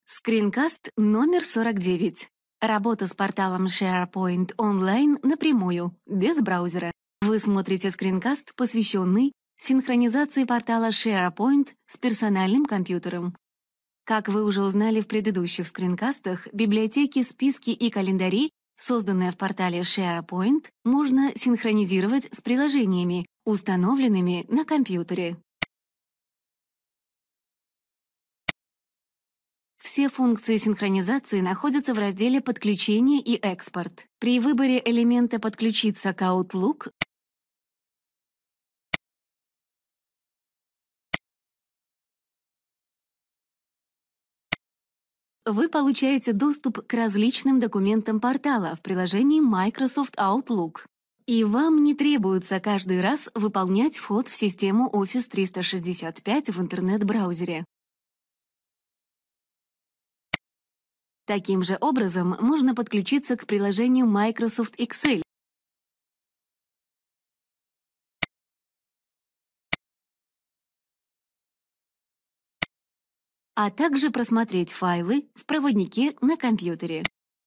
Скринкаст номер 49. Работа с порталом SharePoint онлайн напрямую, без браузера. Вы смотрите скринкаст, посвященный синхронизации портала SharePoint с персональным компьютером. Как вы уже узнали в предыдущих скринкастах, библиотеки, списки и календари, созданные в портале SharePoint, можно синхронизировать с приложениями, установленными на компьютере. Все функции синхронизации находятся в разделе «Подключение и экспорт». При выборе элемента «Подключиться к Outlook» вы получаете доступ к различным документам портала в приложении Microsoft Outlook. И вам не требуется каждый раз выполнять вход в систему Office 365 в интернет-браузере. Таким же образом можно подключиться к приложению Microsoft Excel, а также просмотреть файлы в проводнике на компьютере.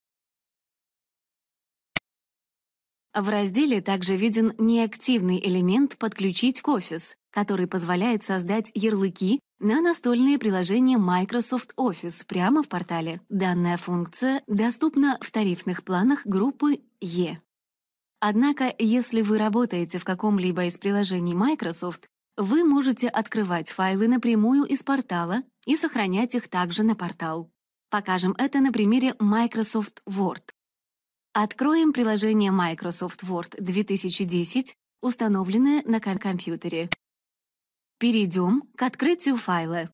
В разделе также виден неактивный элемент «Подключить к Office», который позволяет создать ярлыки на настольные приложения Microsoft Office прямо в портале. Данная функция доступна в тарифных планах группы E. Однако, если вы работаете в каком-либо из приложений Microsoft, вы можете открывать файлы напрямую из портала и сохранять их также на портал. Покажем это на примере Microsoft Word. Откроем приложение Microsoft Word 2010, установленное на компьютере. Перейдем к открытию файла.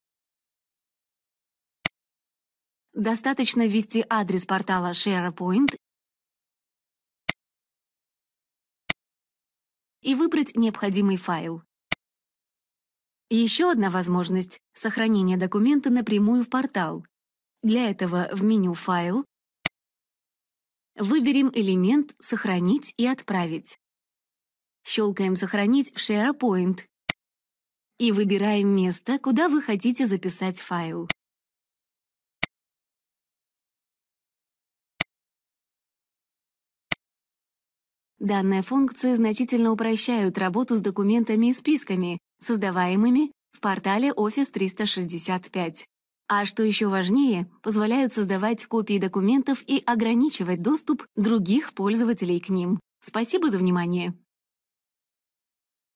Достаточно ввести адрес портала SharePoint и выбрать необходимый файл. Еще одна возможность — сохранение документа напрямую в портал. Для этого в меню «Файл» выберем элемент «Сохранить и отправить». Щелкаем «Сохранить в SharePoint» и выбираем место, куда вы хотите записать файл. Данная функция значительно упрощает работу с документами и списками, создаваемыми в портале Office 365. А что еще важнее, позволяют создавать копии документов и ограничивать доступ других пользователей к ним. Спасибо за внимание!